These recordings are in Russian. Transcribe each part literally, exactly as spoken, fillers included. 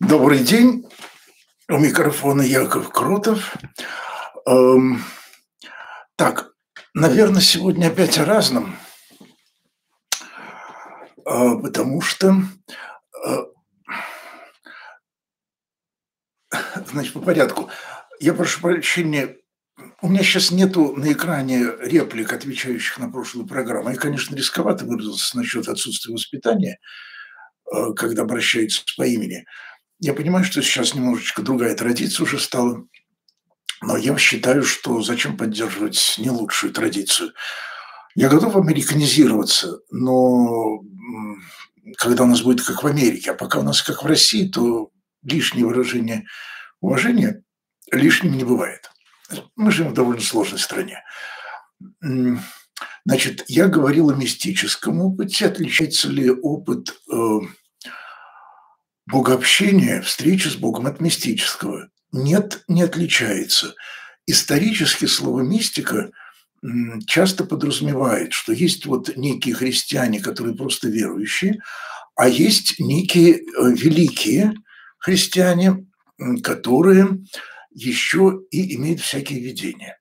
Добрый день. У микрофона Яков Кротов. Эм, так, наверно, сегодня опять о разном. А, потому что, э Значит, по порядку. Я прошу прощения, у меня щас нету на экране реплик, отвечающих на прошлую программу. Я, конечно, рисковато выразился насчет отсутствия воспитания, э, когда обращаются по имени. Я понимаю, что сейчас немножечко другая традиция уже стала, но я считаю, что зачем поддерживать не лучшую традицию. Я готов американизироваться, но, м, когда у нас будет как в Америке, а пока у нас как в России, то лишние выражения уважения лишними не бывает. Мы живем в довольно сложной стране. М, значит, я говорил о мистическом опыте. Отличается ли опыт, э богообщения, встречи с Богом от мистического? Нет, не отличается. Исторически слово "мистика", м, часто подразумевает, что есть вот некие христиане, которые просто верующие, а есть некие, э, великие христиане, м, которые еще и имеют всякие видения.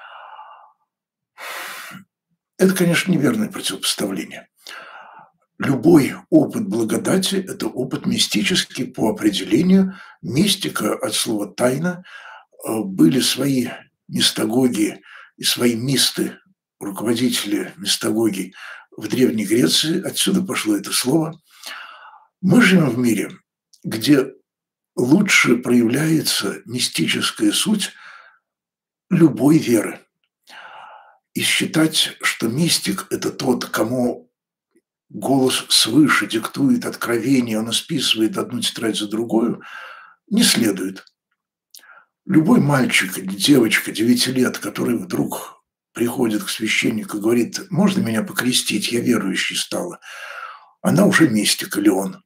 Это, конечно, неверное противопоставление. Любой опыт благодати- это опыт мистический по определению. Мистика от слова "тайна". Э, были свои мистагоги и свои мисты, руководители мистагогий в Древней Греции. Отсюда пошло это слово. Мы живем в мире, где лучше проявляется мистическая суть любой веры. И считать, что мистик- это тот, кому голос свыше диктует откровение, он исписывает одну тетрадь за другою, не следует. Любой мальчик или девочка девяти лет, который вдруг приходит к священнику и говорит: "Можно меня покрестить, я верующей стала?" Она уже мистик или он.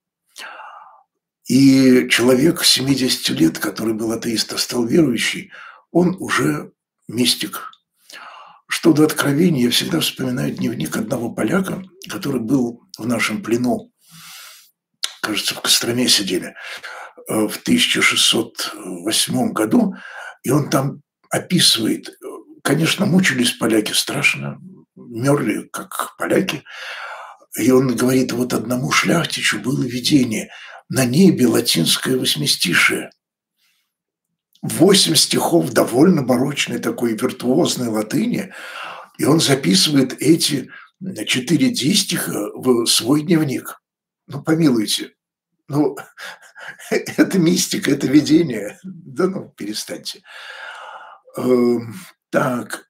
И человек семидесяти лет, который был атеист, а стал верующий, он уже мистик. Что до откровений, я всегда вспоминаю дневник одного поляка, который был в нашем плену. Кажется, в Костроме сидели, э, в тысяча шестьсот восьмом году, и он там описывает, э конечно, мучились поляки страшно, мёрли, как поляки. И он говорит: "Вот одному шляхтичу было видение: на небе латинское восьмистишие". восемь стихов довольно барочной, такой виртуозной латыни, и он записывает эти, м, четыре дистиха в свой дневник. Ну, помилуйте, ну, это мистика, это видение. Да ну, перестаньте. Эм, так.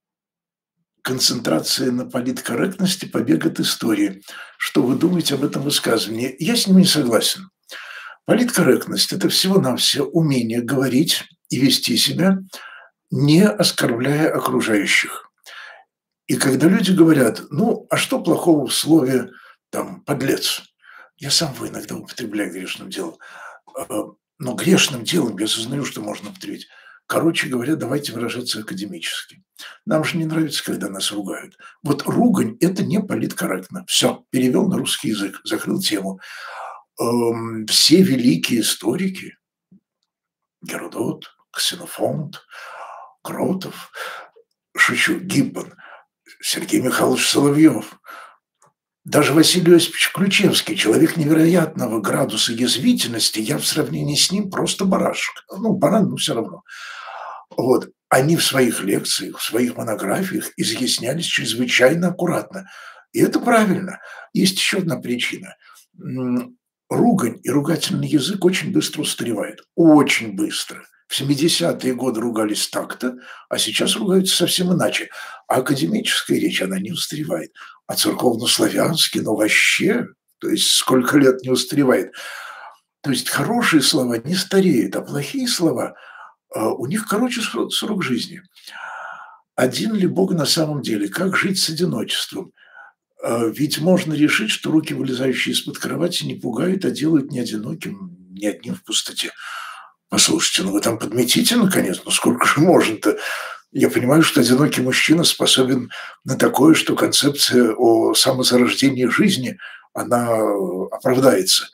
Концентрация на политкорректности- побег от истории. Что вы думаете об этом высказывании? Я с ним не согласен. Политкорректность- это всего-навсего умение говорить и вести себя, не оскорбляя окружающих. И когда люди говорят: "Ну, а что плохого в слове, там, подлец?" Я сам его иногда употребляю грешным делом. Э, но грешным делом я сознаю, что можно употребить. Короче говоря, давайте выражаться академически. Нам же не нравится, когда нас ругают. Вот ругань- это не политкорректно. Всё, перевел на русский язык, закрыл тему. Эм, все великие историки- Геродот, Ксенофонт, Кротов, шучу, Гиббон, Сергей Михайлович Соловьев, даже Василий Иосифович Ключевский- человек невероятного градуса язвительности. Я в сравнении с ним просто барашек. Ну, баран, но всё равно. Вот. Они в своих лекциях, в своих монографиях изъяснялись чрезвычайно аккуратно. И это правильно. Есть еще одна причина. М, ругань и ругательный язык очень быстро устаревает. Очень быстро. В семидесятые годы ругались так-то, а сейчас ругаются совсем иначе. А академическая речь, она не устаревает. А церковнославянский, ну, вообще, то есть сколько лет не устаревает. То есть хорошие слова не стареют, а плохие слова, э, у них короче сро срок жизни. Один ли Бог на самом деле? Как жить с одиночеством? Э, ведь можно решить, что руки, вылезающие из-под кровати, не пугают, а делают не одиноким, не одним в пустоте. Послушайте, ну вы там подметите наконец, ну сколько же можно-то? Я понимаю, что одинокий мужчина способен на такое, что концепция о самозарождении жизни, она оправдается.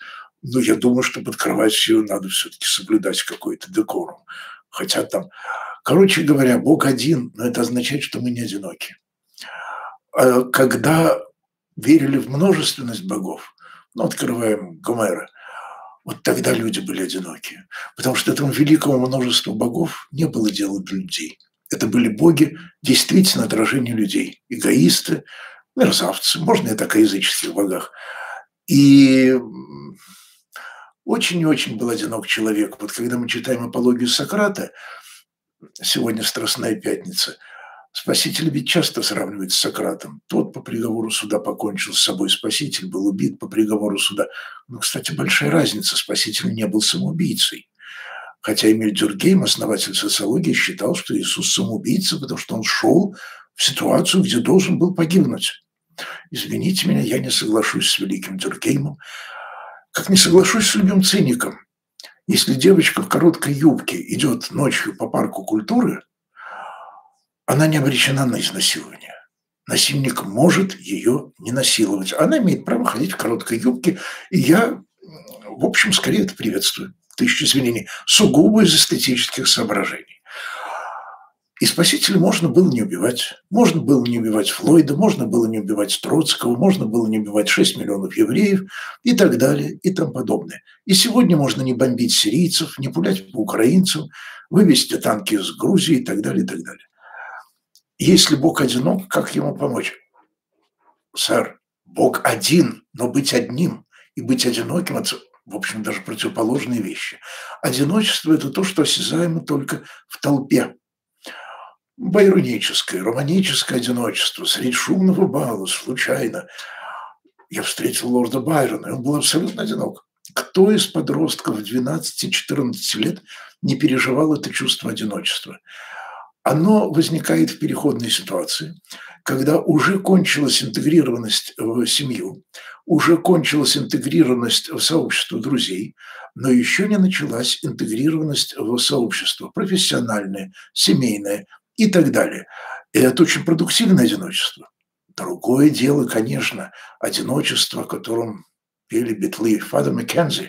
Но я думаю, что под кроватью надо все-таки соблюдать какой-то декорум. Хотя там, короче говоря, Бог один, но это означает, что мы не одиноки. А когда верили в множественность богов, ну, открываем Гомера, вот тогда люди были одиноки. Потому что этому великому множеству богов не было дела до людей. Это были боги, действительно отражение людей. Эгоисты, мерзавцы, можно и так о языческих богах. И очень и очень был одинок человек. Вот когда мы читаем апологию Сократа, сегодня Страстная пятница, Спаситель ведь часто сравнивают с Сократом. Тот по приговору суда покончил с собой, Спаситель был убит по приговору суда. Ну, кстати, большая разница, Спаситель не был самоубийцей. Хотя Эмиль Дюркгейм, основатель социологии, считал, что Иисус самоубийца, потому что он шел в ситуацию, где должен был погибнуть. Извините меня, я не соглашусь с великим Дюркгеймом, как не соглашусь с любым циником. Если девочка в короткой юбке идет ночью по парку культуры, она не обречена на изнасилование. Насильник может ее не насиловать. Она имеет право ходить в короткой юбке, и я, в общем, скорее это приветствую. Тысячи извинений. Сугубо из эстетических соображений. И Спасителя можно было не убивать. Можно было не убивать Флойда, можно было не убивать Троцкого, можно было не убивать шесть миллионов евреев и так далее и тому подобное. И сегодня можно не бомбить сирийцев, не пулять по украинцам, вывести танки из Грузии и так далее, и так далее. Если Бог одинок, как ему помочь? Сэр, Бог один, но быть одним и быть одиноким – это, в общем, даже противоположные вещи. Одиночество – это то, что осязаемо только в толпе. Байроническое, романическое одиночество среди шумного бала, случайно. Я встретил лорда Байрона, и он был абсолютно одинок. Кто из подростков двенадцати-четырнадцати лет не переживал это чувство одиночества? Оно возникает в переходной ситуации, когда уже кончилась интегрированность в семью, уже кончилась интегрированность в сообщество друзей, но еще не началась интегрированность в сообщество профессиональное, семейное и так далее. И это очень продуктивное одиночество. Другое дело, конечно, одиночество, о котором пели битлы Фадер Маккензи.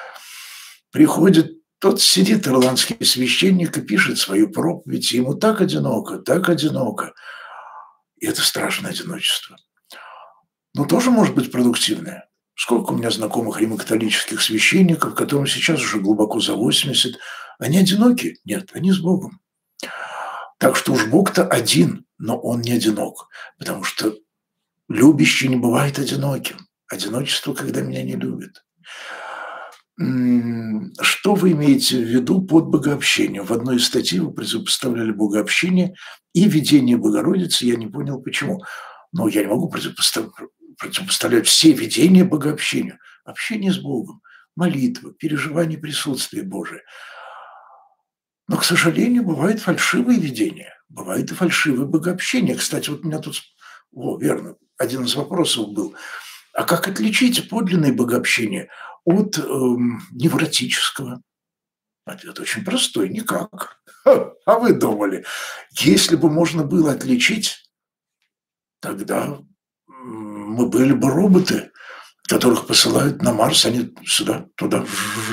Приходит Тот сидит, ирландский священник, и пишет свою проповедь, и ему так одиноко, так одиноко. И это страшное одиночество. Но тоже может быть продуктивное. Сколько у меня знакомых римокатолических священников, которым сейчас уже глубоко за восемьдесят, они одиноки? Нет, они с Богом. Так что уж Бог-то один, но он не одинок, потому что любящий не бывает одиноким. Одиночество, когда меня не любят. Что вы имеете в виду под богообщением? В одной из статей вы противопоставляли богообщение и видение Богородицы. Я не понял, почему. Но я не могу противопоставлять, противопоставлять все видения богообщению. Общение с Богом, молитва, переживание присутствия Божия. Но, к сожалению, бывают фальшивые видения, бывает и фальшивое богообщение. Кстати, вот у меня тут, о, верно, один из вопросов был. А как отличить подлинное богообщение от э, невротического? Ответ очень простой – никак. А вы думали, если бы можно было отличить, тогда мы были бы роботы, которых посылают на Марс, они сюда, туда,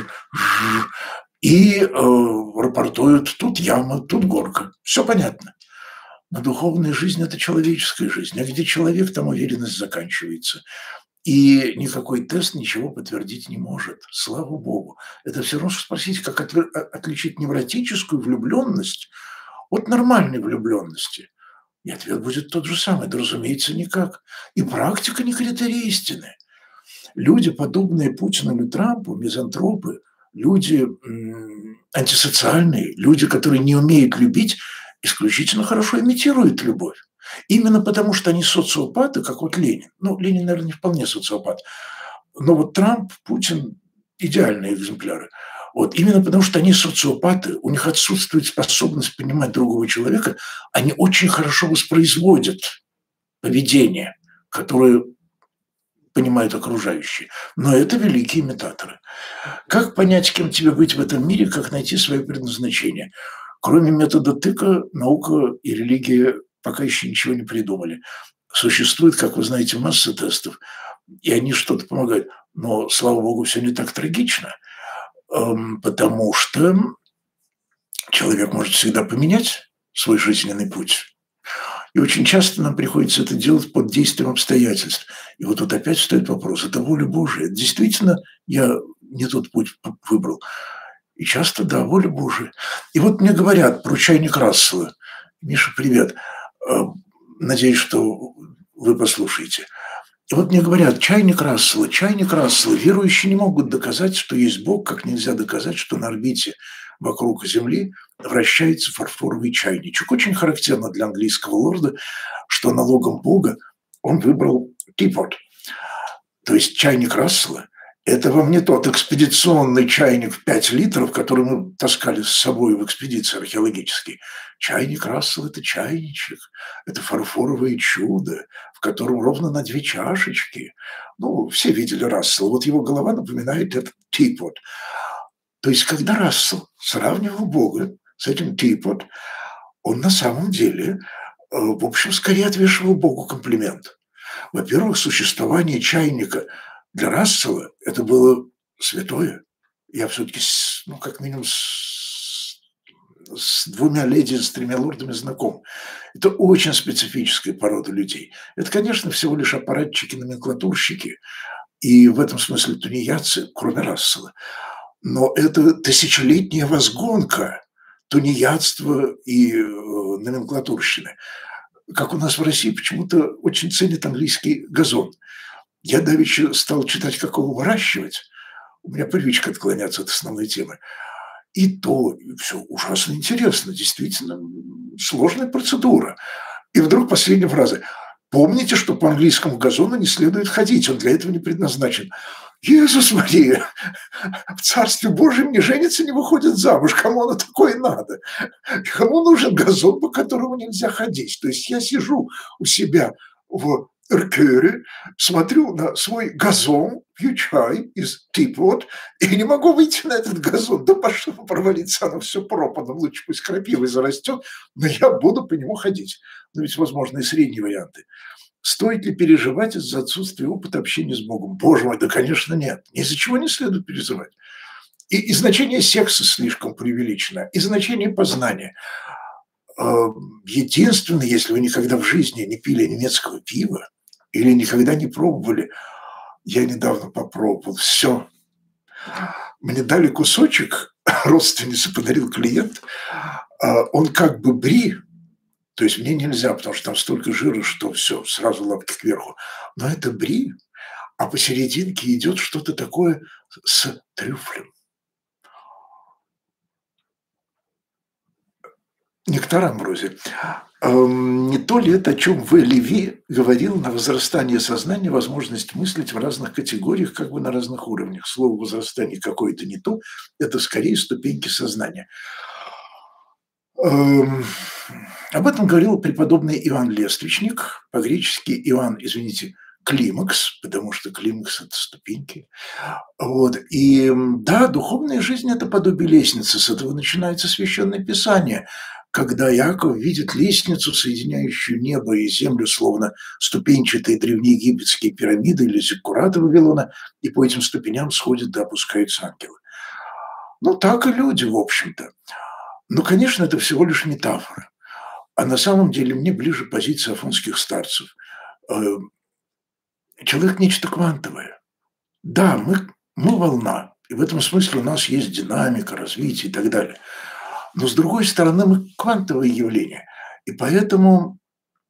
и э, рапортуют, тут яма, тут горка. Все понятно. Но духовная жизнь – это человеческая жизнь. А где человек, там уверенность заканчивается. И никакой тест ничего подтвердить не может. Слава Богу. Это все равно, что спросить, как отличить невротическую влюбленность от нормальной влюбленности. И ответ будет тот же самый. Да, разумеется, никак. И практика не критерий истины. Люди, подобные Путину или Трампу, мизантропы, люди м- антисоциальные, люди, которые не умеют любить, исключительно хорошо имитируют любовь. Именно потому, что они социопаты, как вот Ленин. Ну, Ленин, наверное, не вполне социопат. Но вот Трамп, Путин – идеальные экземпляры. Вот именно потому, что они социопаты, у них отсутствует способность понимать другого человека, они очень хорошо воспроизводят поведение, которое понимают окружающие. Но это великие имитаторы. Как понять, кем тебе быть в этом мире, как найти свое предназначение? Кроме метода тыка, наука и религия пока еще ничего не придумали. Существует, как вы знаете, масса тестов. и они что-то помогают. Но, слава богу, все не так трагично, эм, потому что человек может всегда поменять свой жизненный путь. И очень часто нам приходится это делать под действием обстоятельств. И вот тут опять стоит вопрос: это воля Божия? Действительно, я не тот путь выбрал? И часто, да, воля Божия. И вот мне говорят про чайник Рассела. Миша, привет. Э, Надеюсь, что вы послушаете. И вот мне говорят: чайник Рассела, чайник Рассела. Верующие не могут доказать, что есть Бог, как нельзя доказать, что на орбите вокруг Земли вращается фарфоровый чайничек. Очень характерно для английского лорда, что налогом Бога он выбрал teapot. То есть чайник Рассела – это вам не тот экспедиционный чайник в пять литров, который мы таскали с собой в экспедиции археологические. Чайник Рассела – это чайничек, это фарфоровое чудо, в котором ровно на две чашечки. Ну, все видели Рассела, вот его голова напоминает этот teapot. То есть, когда Рассел сравнивал Бога с этим teapot, он на самом деле, в общем, скорее отвешивал Богу комплимент. Во-первых, существование чайника для Рассела – это было святое. Я все-таки, ну, как минимум, с, с двумя леди, с тремя лордами знаком. Это очень специфическая порода людей. Это, конечно, всего лишь аппаратчики-номенклатурщики, и в этом смысле тунеядцы, кроме Рассела. Но это тысячелетняя возгонка тунеядства и э, номенклатурщины. Как у нас в России почему-то очень ценят английский газон. Я давеча стал читать, как его выращивать. У меня привычка отклоняться от основной темы. И то все ужасно интересно, действительно сложная процедура. И вдруг последняя фраза: помните, что по английскому газону не следует ходить, он для этого не предназначен. Иисус Мария, в Царстве Божьем не женится, не выходит замуж. Кому оно такое надо? Кому нужен газон, по которому нельзя ходить? То есть я сижу у себя в Эркюре, смотрю на свой газон, пью чай из teapot, и не могу выйти на этот газон. Да пошло провалиться, оно все пропадом. Лучше пусть крапивой зарастет, но я буду по нему ходить. Но ведь возможны и средние варианты. Стоит ли переживать из-за отсутствия опыта общения с Богом? Боже мой, да, конечно, нет. Ни из-за чего не следует переживать. И, и значение секса слишком преувеличено, и значение познания. Единственное, если вы никогда в жизни не пили немецкого пива или никогда не пробовали, я недавно попробовал, все. Мне дали кусочек, родственница подарил клиент, он как бы бри. То есть мне нельзя, потому что там столько жира, что все, сразу лапки кверху. Но это бри, а посерединке идет что-то такое с трюфлем. Нектар амброзии. Эм, не то ли это, о чем В. Леви говорил, на возрастание сознания, возможность мыслить в разных категориях, как бы на разных уровнях. Слово «возрастание» какое-то не то, это скорее ступеньки сознания. Эм, об этом говорил преподобный Иоанн Лествичник, по-гречески Иоанн, извините, климакс, потому что климакс – это ступеньки. Вот. И да, духовная жизнь – это подобие лестницы, с этого начинается Священное Писание, когда Иаков видит лестницу, соединяющую небо и землю, словно ступенчатые древнеегипетские пирамиды или зиккураты Вавилона, и по этим ступеням сходят да опускаются ангелы. Ну, так и люди, в общем-то. Но, конечно, это всего лишь метафора. А на самом деле мне ближе позиция афонских старцев. Человек – нечто квантовое. Да, мы, мы волна, и в этом смысле у нас есть динамика, развитие и так далее. Но, с другой стороны, мы квантовое явление, и поэтому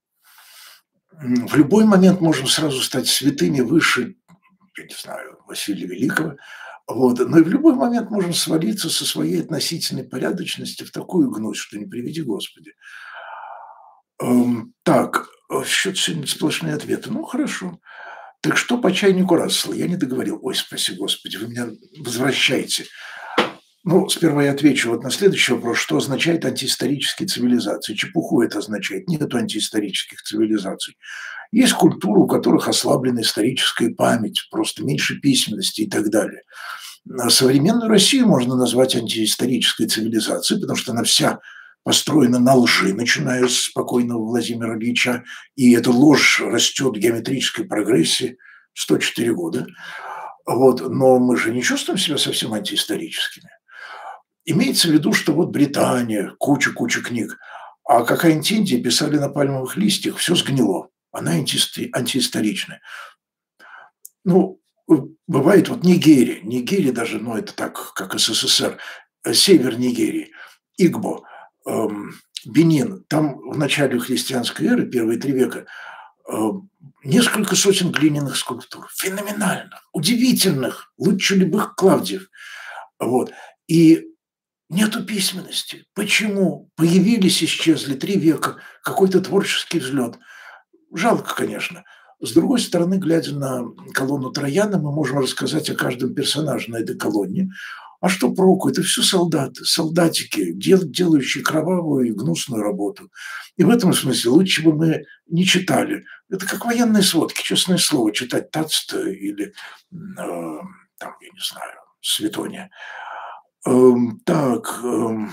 в любой момент можем сразу стать святыми выше, я не знаю, Василия Великого, вот, но и в любой момент можем свалиться со своей относительной порядочности в такую гнусь, что не приведи Господи. Эм, так, что-то сегодня сплошные ответы. Ну, хорошо. Так что по чайнику Рассела? Я не договорил. Ой, спаси Господи, вы меня возвращаете. Ну, сперва я отвечу вот на следующий вопрос. Что означает антиисторические цивилизации? Чепуху это означает. Нет антиисторических цивилизаций. Есть культуры, у которых ослаблена историческая память, просто меньше письменности и так далее. Современную Россию можно назвать антиисторической цивилизацией, потому что она вся построена на лжи, начиная с покойного Владимира Ильича, и эта ложь растет в геометрической прогрессии сто четыре года, вот, но мы же не чувствуем себя совсем антиисторическими. Имеется в виду, что вот Британия, куча-куча книг, а какая-нибудь Индия писали на пальмовых листьях, все сгнило, она антисто- антиисторичная. Ну, э, бывает вот Нигерия, Нигерия даже, ну это так, как СССР, э, север Нигерии, Игбо, эм, Бенин, там в начале христианской эры, первые три века, э, несколько сотен глиняных скульптур, феноменальных, удивительных, лучше любых Клавдиев. Вот. И нету письменности. Почему? Появились, исчезли три века, какой-то творческий взлет. Жалко, конечно. С другой стороны, глядя на колонну Трояна, мы можем рассказать о каждом персонаже на этой колонне. А что проку? Это все солдаты, солдатики, дел, делающие кровавую и гнусную работу. И в этом смысле лучше бы мы не читали. Это как военные сводки, честное слово, читать Тацта или, э, там, я не знаю, Светония. Эм, так, эм,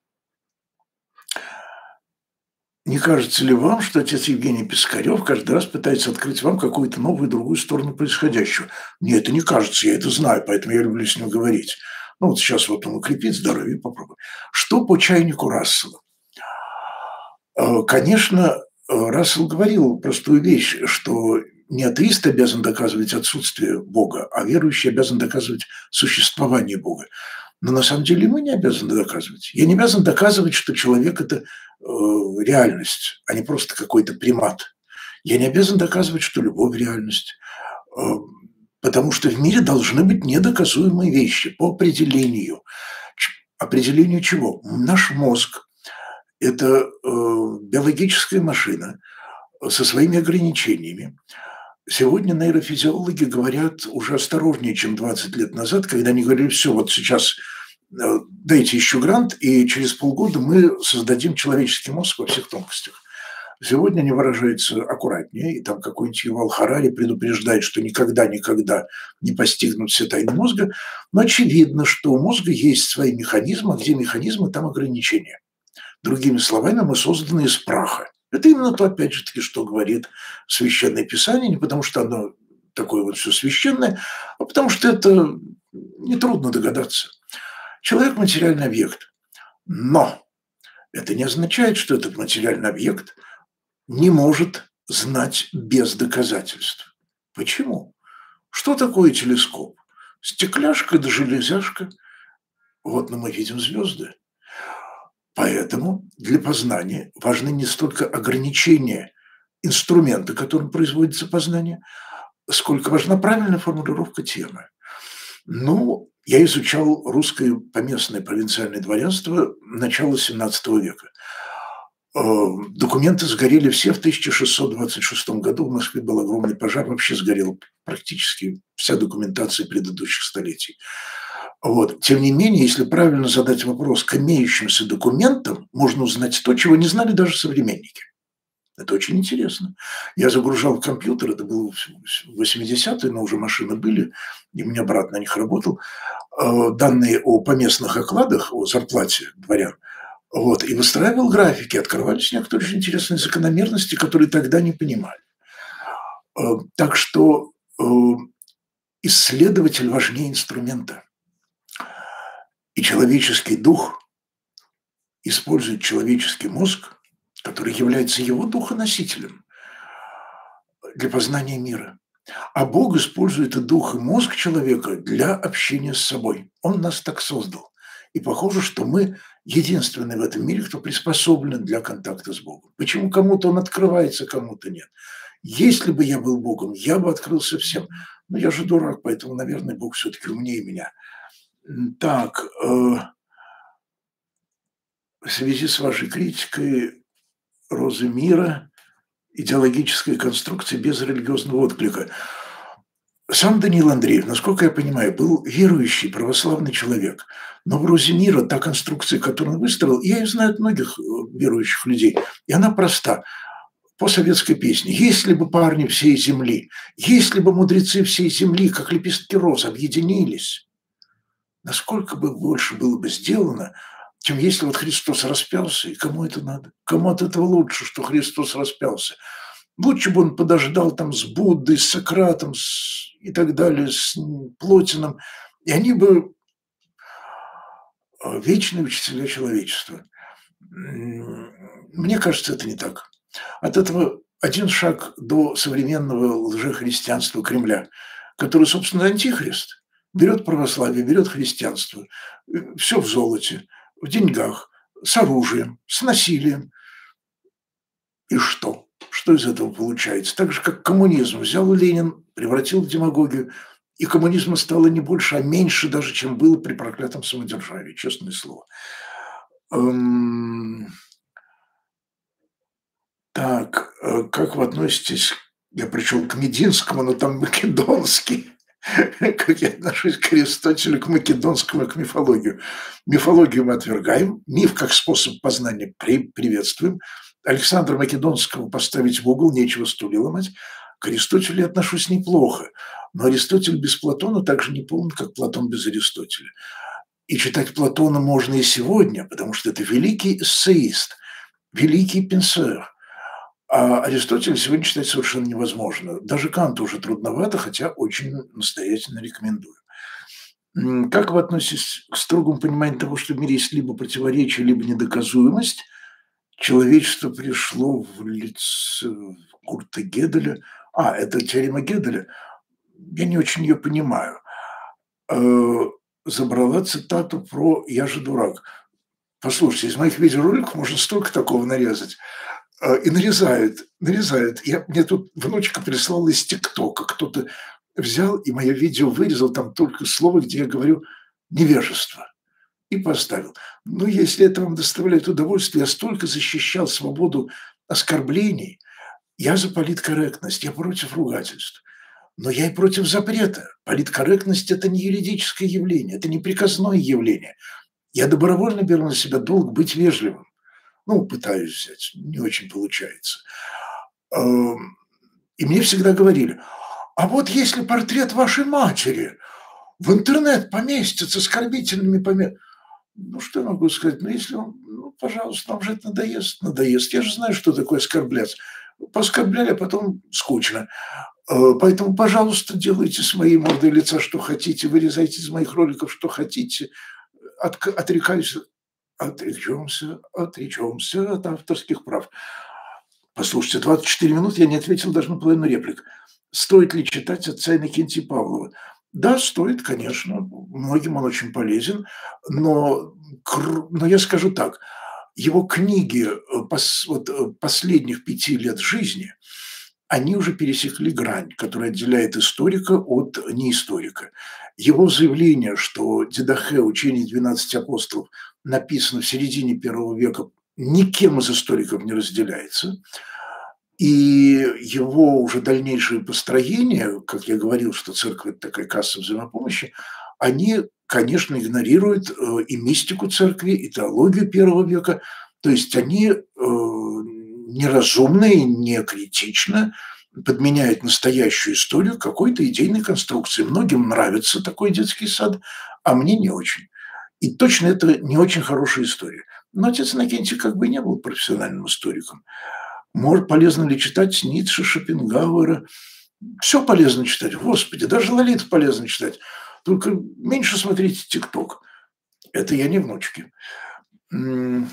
не кажется ли вам, что отец Евгений Пискарев каждый раз пытается открыть вам какую-то новую, другую сторону происходящего? Мне это не кажется, я это знаю, поэтому я люблю с ним говорить. Ну вот сейчас вот он укрепит здоровье и попробуй. Что по чайнику Рассела? Э, Конечно, э, Рассел говорил простую вещь, что не атеист обязан доказывать отсутствие Бога, а верующий обязан доказывать существование Бога. Но на самом деле мы не обязаны доказывать. Я не обязан доказывать, что человек – это э, реальность, а не просто какой-то примат. Я не обязан доказывать, что любовь – реальность. Э, потому что в мире должны быть недоказуемые вещи по определению. Ч- определению чего? Наш мозг – это э, биологическая машина со своими ограничениями. Сегодня нейрофизиологи говорят уже осторожнее, чем двадцать лет назад, когда они говорили: все, вот сейчас э, дайте еще грант, и через полгода мы создадим человеческий мозг во всех тонкостях. Сегодня они выражаются аккуратнее, и там какой-нибудь Ювал Харари предупреждает, что никогда-никогда не постигнут все тайны мозга, но очевидно, что у мозга есть свои механизмы, а где механизмы, там ограничения. Другими словами, мы созданы из праха. Это именно то, опять же таки, что говорит Священное Писание, не потому что оно такое вот все священное, а потому что это нетрудно догадаться. Человек – материальный объект. Но это не означает, что этот материальный объект не может знать без доказательств. Почему? Что такое телескоп? Стекляшка да железяшка. Вот, но мы видим звезды. Поэтому для познания важны не столько ограничения инструмента, которым производится познание, сколько важна правильная формулировка темы. Ну, я изучал русское поместное провинциальное дворянство начала семнадцатого века. Э, Документы сгорели все в тысяча шестьсот двадцать шестом году. В Москве был огромный пожар, вообще сгорела практически вся документация предыдущих столетий. Вот. Тем не менее, если правильно задать вопрос к имеющимся документам, можно узнать то, чего не знали даже современники. Это очень интересно. Я загружал в компьютер, это было в восьмидесятые, но уже машины были, и у меня брат на них работал, э, данные о поместных окладах, о зарплате дворян, вот, и выстраивал графики, открывались некоторые очень интересные закономерности, которые тогда не понимали. Э, Так что э, исследователь важнее инструмента. И человеческий дух использует человеческий мозг, который является его духоносителем, для познания мира. А Бог использует и дух, и мозг человека для общения с собой. Он нас так создал. И похоже, что мы единственные в этом мире, кто приспособлен для контакта с Богом. Почему кому-то он открывается, кому-то нет. Если бы я был Богом, я бы открылся всем. Но я же дурак, поэтому, наверное, Бог все-таки умнее меня. Так, э, в связи с вашей критикой розы мира, идеологической конструкции без религиозного отклика. Сам Даниил Андреев, насколько я понимаю, был верующий, православный человек. Но в «Розе мира» та конструкция, которую он выстроил, я ее знаю от многих э, верующих людей, и она проста. По советской песне: «Если бы парни всей земли, если бы мудрецы всей земли, как лепестки роз, объединились, насколько бы больше было бы сделано, чем если вот Христос распялся, и кому это надо? Кому от этого лучше, что Христос распялся? Лучше бы он подождал там с Буддой, с Сократом с и так далее, с Плотиным, и они бы э, вечные учителя человечества. М, Мне кажется, это не так. От этого один шаг до современного лжехристианства Кремля, который, собственно, антихрист. Берет православие, берет христианство. Все в золоте, в деньгах, с оружием, с насилием. И что? Что из этого получается? Так же, как коммунизм взял Ленин, превратил в демагогию, и коммунизма стало не больше, а меньше даже, чем было при проклятом самодержавии, честное слово. Эм, Так, э, как вы относитесь, я пришел к Мединскому, но там македонский. Как я отношусь к Аристотелю, к македонскому, к мифологию. Мифологию мы отвергаем, миф как способ познания при- приветствуем. Александра Македонского поставить в угол, нечего стулья ломать. К Аристотелю я отношусь неплохо, но Аристотель без Платона так же не полон, как Платон без Аристотеля. И читать Платона можно и сегодня, потому что это великий эссеист, великий пенсер. А Аристотеля сегодня читать совершенно невозможно. Даже Канта уже трудновато, хотя очень настоятельно рекомендую. М, Как вы относитесь к строгому пониманию того, что в мире есть либо противоречие, либо недоказуемость? Человечество пришло в лице Курта Геделя. А, это теорема Геделя. Я не очень ее понимаю. Э, Забрала цитату про «Я же дурак». Послушайте, из моих видеороликов можно столько такого нарезать. А, и нарезают, нарезают. Я мне тут внучка прислала из "ТикТока". Кто-то взял и мое видео вырезал, там только слово, где я говорю "невежество", и поставил. Ну, если это вам доставляет удовольствие, я столько защищал свободу оскорблений. Я за политкорректность, я против ругательств, но я и против запрета. Политкорректность – это не юридическое явление, это не приказное явление. Я добровольно беру на себя долг быть вежливым. Ну, пытаюсь взять, не очень получается. Ам, и мне всегда говорили: "А вот если портрет вашей матери в интернет поместится с оскорбительными поме". Ну, что я могу сказать? Ну, если он, ну, пожалуйста, вам же это надоест, надоест. Я же знаю, что такое оскорбляться. Пооскорбляли, а потом скучно. Э, поэтому, пожалуйста, делайте с моей мордой лица что хотите, вырезайте из моих роликов что хотите. Отк отрекаюсь отречемся отречемся от авторских прав. Послушайте, двадцать четыре минуты я не ответил даже на половину реплик. Стоит ли читать отца Иннокентия Павлова? Да, стоит, конечно. Многим он очень полезен. Но, кр- но я скажу так. Его книги э, пос- вот, э, последних пяти лет жизни, они уже пересекли грань, которая отделяет историка от неисторика. Его заявление, что Дидахе, учение двенадцати апостолов, написано в середине первого века, никем из историков не разделяется. И его уже дальнейшие построения, как я говорил, что церковь – это такая касса взаимопомощи, они, конечно, игнорируют э, и мистику церкви, и теологию первого века. То есть они э, неразумно и не критично подменяют настоящую историю какой-то идейной конструкции. Многим нравится такой детский сад, а мне не очень. И точно это не очень хорошая история. Но отец Иннокентий как бы не был профессиональным историком. Может, полезно ли читать Ницше, Шопенгауэра? Все полезно читать, господи, даже Лолиту полезно читать. Только меньше смотрите "ТикТок". Это я не внучке. М,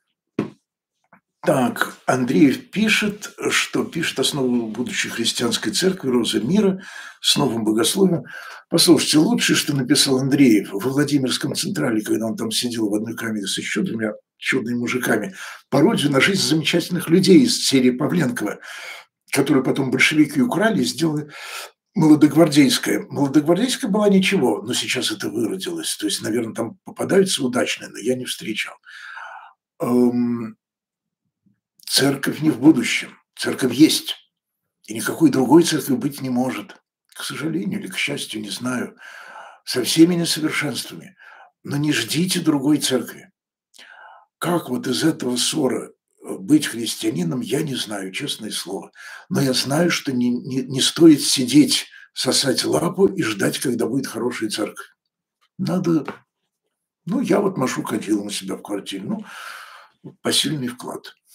Так, Андреев пишет, что пишет основу будущей христианской церкви "Роза мира" с новым богословием. Послушайте, лучшее, что написал Андреев во Владимирском Централе, когда он там сидел в одной камере с еще двумя чудными мужиками, пародию на жизнь замечательных людей из серии Павленкова, которую потом большевики украли и сделали молодогвардейская. Молодогвардейская была ничего, но сейчас это выродилось. То есть, наверное, там попадаются удачные, но я не встречал. Эм, Церковь не в будущем. Церковь есть. И никакой другой церкви быть не может. К сожалению или к счастью, не знаю. Со всеми несовершенствами. Но не ждите другой церкви. Как вот из этого ссора э, быть христианином, я не знаю, честное слово. Но я знаю, что не, не, не стоит сидеть, сосать лапу и ждать, когда будет хорошая церковь. Надо, ну, я вот машу кадилом у себя в квартире. Ну, посильный вклад.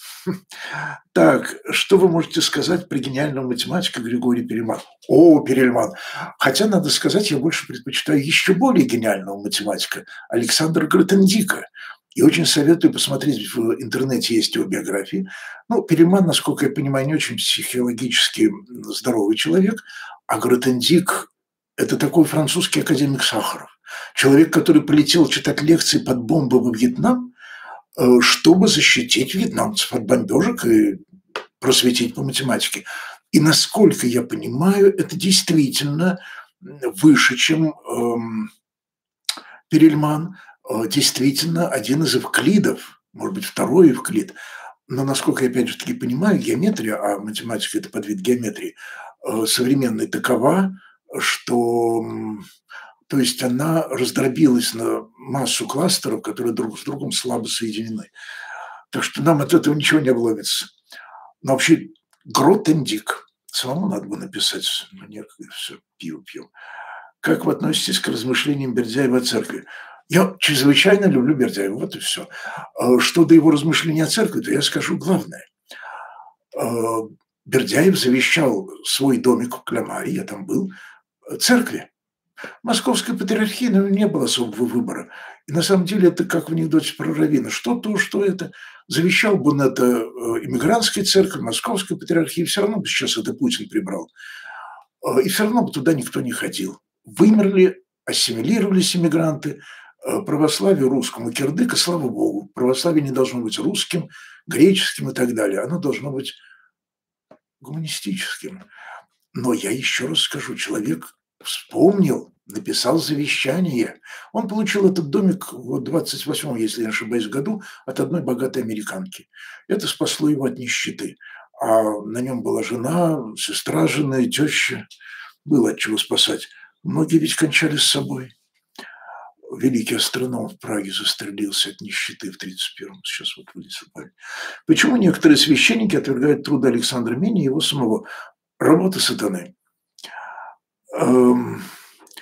Так, что вы можете сказать про гениального математика Григория Перельмана? О, Перельман! Хотя, надо сказать, я больше предпочитаю еще более гениального математика Александра Гротhendieck. И очень советую посмотреть в интернете, есть его биографии. Ну, Перельман, насколько я понимаю, не очень психологически здоровый человек, а Гротhendieck– это такой французский академик Сахаров. Человек, который полетел читать лекции под бомбы во Вьетнам, э, чтобы защитить вьетнамцев от бомбежек и просветить по математике. И насколько я понимаю, это действительно выше, чем эм, Перельман, э, действительно один из эвклидов, может быть, второй эвклид. Но, насколько я, опять же таки, понимаю, геометрия, а математика– это подвид геометрии, э, современной такова, что м, то есть она раздробилась на массу кластеров, которые друг с другом слабо соединены. Так что нам от этого ничего не обломится. Но вообще Гротhendieck, самому надо бы написать, но нет, все, пиво пью. Как вы относитесь к размышлениям Бердяева о церкви? Я чрезвычайно люблю Бердяева, вот и все. Что до его размышлений о церкви, то я скажу главное. А, Бердяев завещал свой домик в Клямаре, я там был, церкви. Московской патриархии, ну, не было особого выбора. И на самом деле это как в анекдоте про раввина. Что то, что это. Завещал бы он это э, иммигрантской церкви, московской патриархии, все равно бы сейчас это Путин прибрал. Э, И все равно бы туда никто не ходил. Вымерли, ассимилировались иммигранты, э, православие русскому кирдык, и слава богу. Православие не должно быть русским, греческим и так далее. Оно должно быть гуманистическим. Но я еще раз скажу, человек вспомнил, написал завещание. Он получил этот домик в двадцать восьмом, если я не ошибаюсь, году от одной богатой американки. Это спасло его от нищеты. А на нем была жена, сестра жены, теща. Было от чего спасать. Многие ведь кончали с собой. Великий астроном в Праге застрелился от нищеты в тридцать первом. Сейчас вот вылез память. Почему некоторые священники отвергают труды Александра Мени и его самого? Работа сатаны. Эм,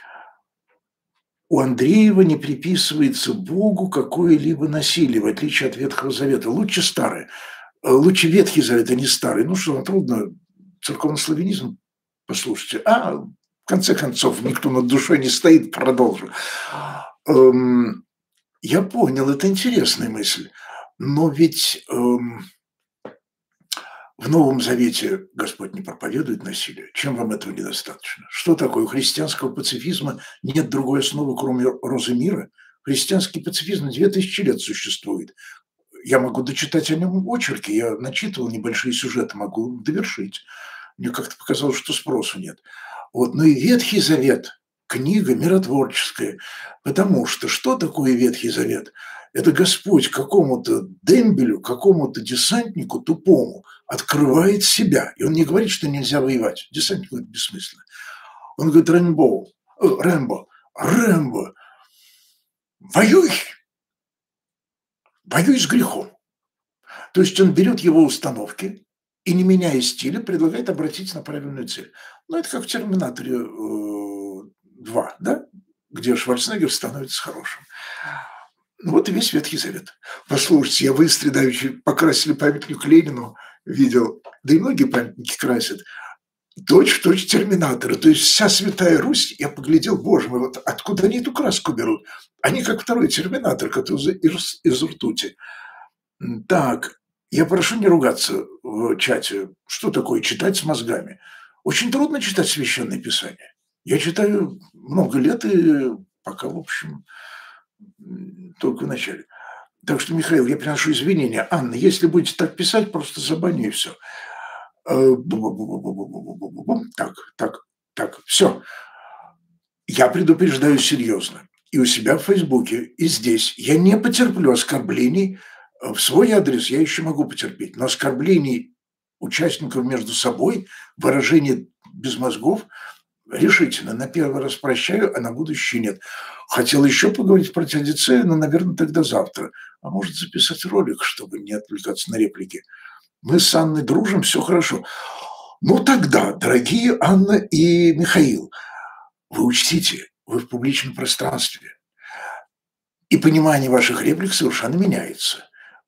у Андреева не приписывается Богу какое-либо насилие, в отличие от Ветхого Завета. Лучше старое. Э, Лучше Ветхий Завет, а не старый. Ну что, трудно. Церковнославянизм, послушайте. А, в конце концов, никто над душой не стоит, продолжу. Эм, я понял, это интересная мысль. Но ведь эм, в Новом Завете Господь не проповедует насилие. Чем вам этого недостаточно? Что такое? У христианского пацифизма нет другой основы, кроме розы мира. Христианский пацифизм две тысячи лет существует. Я могу дочитать о нем очерки, я начитывал небольшие сюжеты, могу довершить. Мне как-то показалось, что спросу нет. Вот. Но и Ветхий Завет, книга миротворческая, потому что что такое Ветхий Завет? Это Господь какому-то дембелю, какому-то десантнику тупому открывает себя. И он не говорит, что нельзя воевать. Десантник говорит бессмысленно. Он говорит: Рэмбо, э, Рэмбо, Рэмбо, воюй, воюй с грехом. То есть он берет его установки и, не меняя стиля, предлагает обратиться на правильную цель. Ну, это как в «Терминаторе э, два», да? Где Шварценеггер становится хорошим. Ну, вот и весь Ветхий Завет. Послушайте, я в Истре давеча покрасили памятник Ленину, видел, да и многие памятники красят, точь-в-точь Терминатора. То есть вся Святая Русь, я поглядел, боже мой, вот откуда они эту краску берут? Они как второй Терминатор, который из, из ртути. Так, я прошу не ругаться в чате. Что такое читать с мозгами? Очень трудно читать Священное Писание. Я читаю много лет и пока, в общем, только в начале. Так что, Михаил, я приношу извинения. Анна, если будете так писать, просто забаню и все. Так, так, так, все. Я предупреждаю серьезно. И у себя в Фейсбуке, и здесь. Я не потерплю оскорблений. В свой адрес я еще могу потерпеть. Но оскорблений участников между собой, выражение без мозгов, решительно. На первый раз прощаю, а на будущее нет. Хотел еще поговорить про теодицею, но, наверное, тогда завтра. А может, записать ролик, чтобы не отвлекаться на реплики. Мы с Анной дружим, все хорошо. Ну тогда, дорогие Анна и Михаил, вы учтите, вы в публичном пространстве. И понимание ваших реплик совершенно меняется.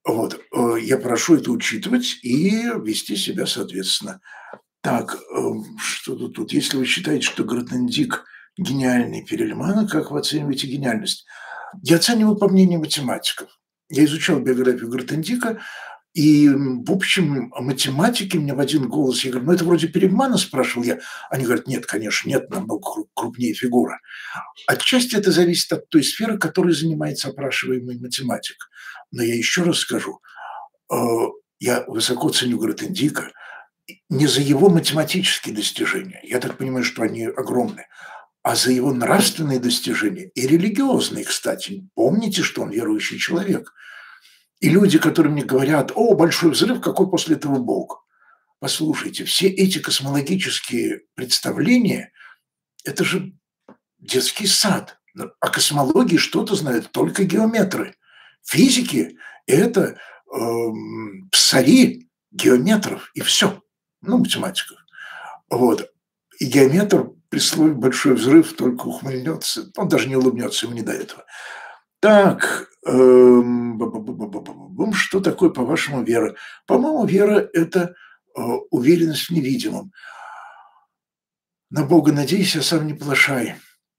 Вот, э, я прошу это учитывать и вести себя соответственно. Так, эм, что-то тут. Если вы считаете, что Гротhendieck гениальный Перельмана, как вы оцениваете гениальность? Я оцениваю по мнению математиков. Я изучал биографию Гротhendieckа, и, м, в общем, математики мне в один голос, я говорю: "Ну, это вроде Перельмана?" - спрашивал я. Они говорят: "Нет, конечно, нет, намного кру крупнее фигура". Отчасти это зависит от той сферы, которой занимается опрашиваемый математик. Но я еще раз скажу, э, я высоко ценю Гротhendieckа не за его математические достижения, я так понимаю, что они огромны, а за его нравственные достижения и религиозные, кстати. Помните, что он верующий человек. И люди, которые мне говорят: "О, большой взрыв, какой после этого Бог?" Послушайте, все эти космологические представления - это же детский сад. Н о космологии что-то знают только геометры. Физики - это, эм, псари геометров, и всё. Ну, математиков. Вот. И геометр при слове "большой взрыв" только ухмыльнется, он даже не улыбнется, ему не до этого. Так, эм, ба ба ба ба ба ба бум Что такое, по-вашему, вера? По-моему, вера - это, э, уверенность в невидимом. На Бога надейся, а сам не плашай.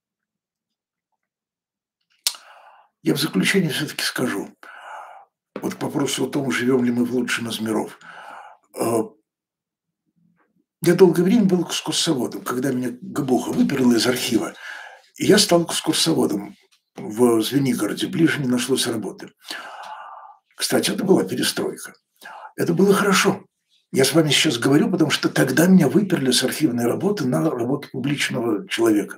Я в заключение все-таки скажу. Вот к вопросу о том, живем ли мы в лучшем из миров. Э Я долгое время был экскурсоводом. Когда меня ГБУХа выперло из архива, и я стал экскурсоводом в Звенигороде, ближе не нашлось работы. Кстати, это была перестройка. Это было хорошо. Я с вами сейчас говорю, потому что тогда меня выперли с архивной работы на работу публичного человека.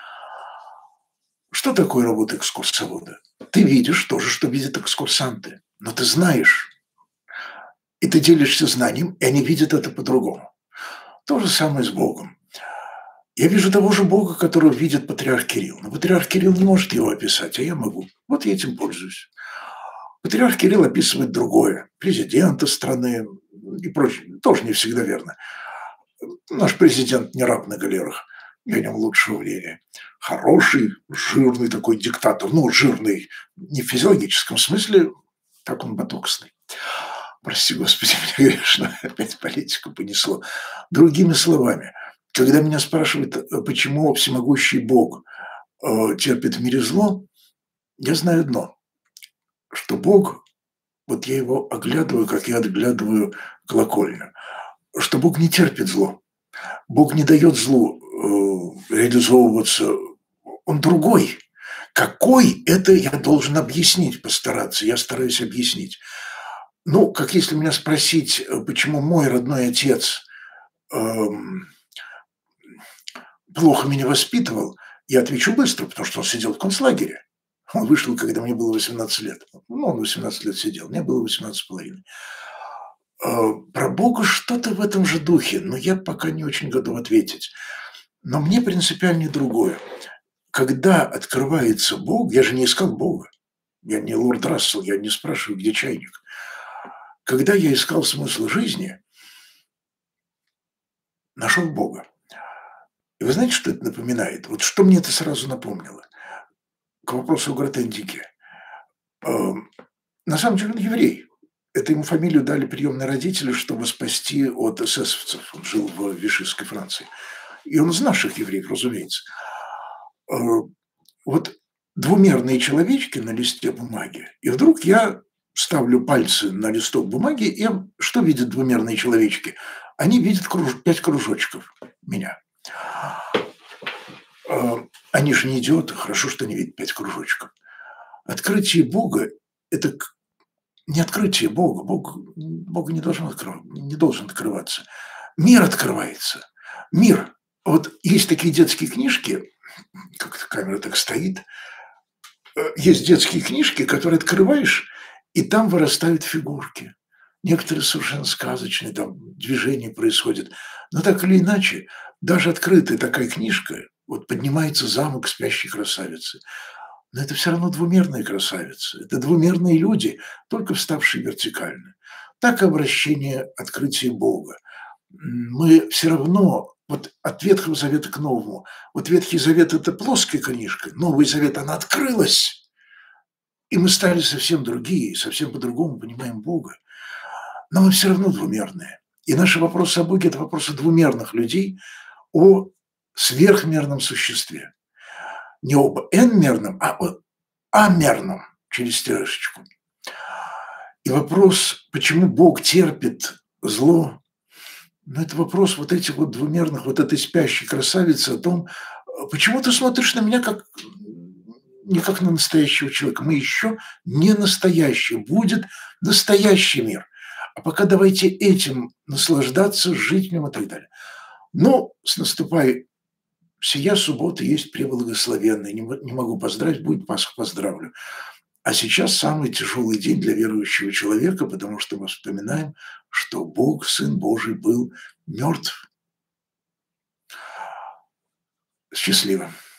Что такое работа экскурсовода? Ты видишь то же, что видят экскурсанты, но ты знаешь. И ты делишься знанием, и они видят это по-другому. То же самое с Богом. Я вижу того же Бога, которого видит патриарх Кирилл, но патриарх Кирилл не может его описать, а я могу. Вот я этим пользуюсь. Патриарх Кирилл описывает другое: президента страны и прочее. Тоже не всегда верно. Наш президент не раб на галерах, я о нем лучшего мнения. Хороший, жирный такой диктатор. Ну, жирный не в физиологическом смысле, так он ботоксный. Прости господи, мне грешно, опять политику понесло. Другими словами, когда меня спрашивают, э, почему всемогущий Бог, э, терпит в мире зло, я знаю одно: что Бог, вот я его оглядываю, как я оглядываю колокольню, что Бог не терпит зло. Бог не дает злу, э, реализовываться. Он другой. Какой - это я должен объяснить, постараться. Я стараюсь объяснить. Ну, как если меня спросить, э, почему мой родной отец, эм, плохо меня воспитывал, я отвечу быстро, потому что он сидел в концлагере. Он вышел, когда мне было восемнадцать лет. Ну, он восемнадцать лет сидел, мне было восемнадцать с половиной. Э, про Бога что-то в этом же духе, но я пока не очень готов ответить. Но мне принципиальнее другое. Когда открывается Бог, я же не искал Бога. Я не лорд Рассел, я не спрашиваю, где чайник. Когда я искал смысл жизни нашел Бога. И вы знаете, что это напоминает? Вот что мне это сразу напомнило? К вопросу о Гротhendieке. Эм, на самом деле он еврей. Это ему фамилию дали приемные родители, чтобы спасти от эсэсовцев. Он жил в Вишистской Франции. И он из наших евреев, разумеется. Э, вот двумерные человечки на листе бумаги, и вдруг я ставлю пальцы на листок бумаги, и что видят двумерные человечки? Они видят круж пять кружочков меня. Э, они же не идиоты, хорошо, что они видят пять кружочков. Открытие Бога - это к не открытие Бога. Бог Бог не должен открыва не должен открываться. Мир открывается. Мир. Вот есть такие детские книжки, как-то камера так стоит. Э, есть детские книжки, которые открываешь, и там вырастают фигурки. Некоторые совершенно сказочные, там движения происходят. Но так или иначе, даже открытая такая книжка, вот поднимается замок спящей красавицы. Но это всё равно двумерные красавицы. Это двумерные люди, только вставшие вертикально. Так и обращение, открытие Бога. М, мы всё равно вот от Ветхого Завета к Новому. Вот Ветхий Завет - это плоская книжка, Новый Завет - она открылась. и мы стали совсем другие, совсем по-другому понимаем Бога, но мы все равно двумерные. И наши вопросы о Боге – это вопросы двумерных людей о сверхмерном существе. Не об n-мерном, а о а-мерном, через тирешечку. И вопрос, почему Бог терпит зло, ну, это вопрос вот этих вот двумерных, вот этой спящей красавицы о том, почему ты смотришь на меня как не как на настоящего человека. Мы еще не настоящие. Будет настоящий мир. А пока давайте этим наслаждаться, жить в нем и так далее. Но с наступай сия суббота есть преблагословенная. Не не могу поздравить, будет Пасха, поздравлю. А сейчас самый тяжелый день для верующего человека, потому что мы вспоминаем, что Бог, Сын Божий, был мертв. Счастливо.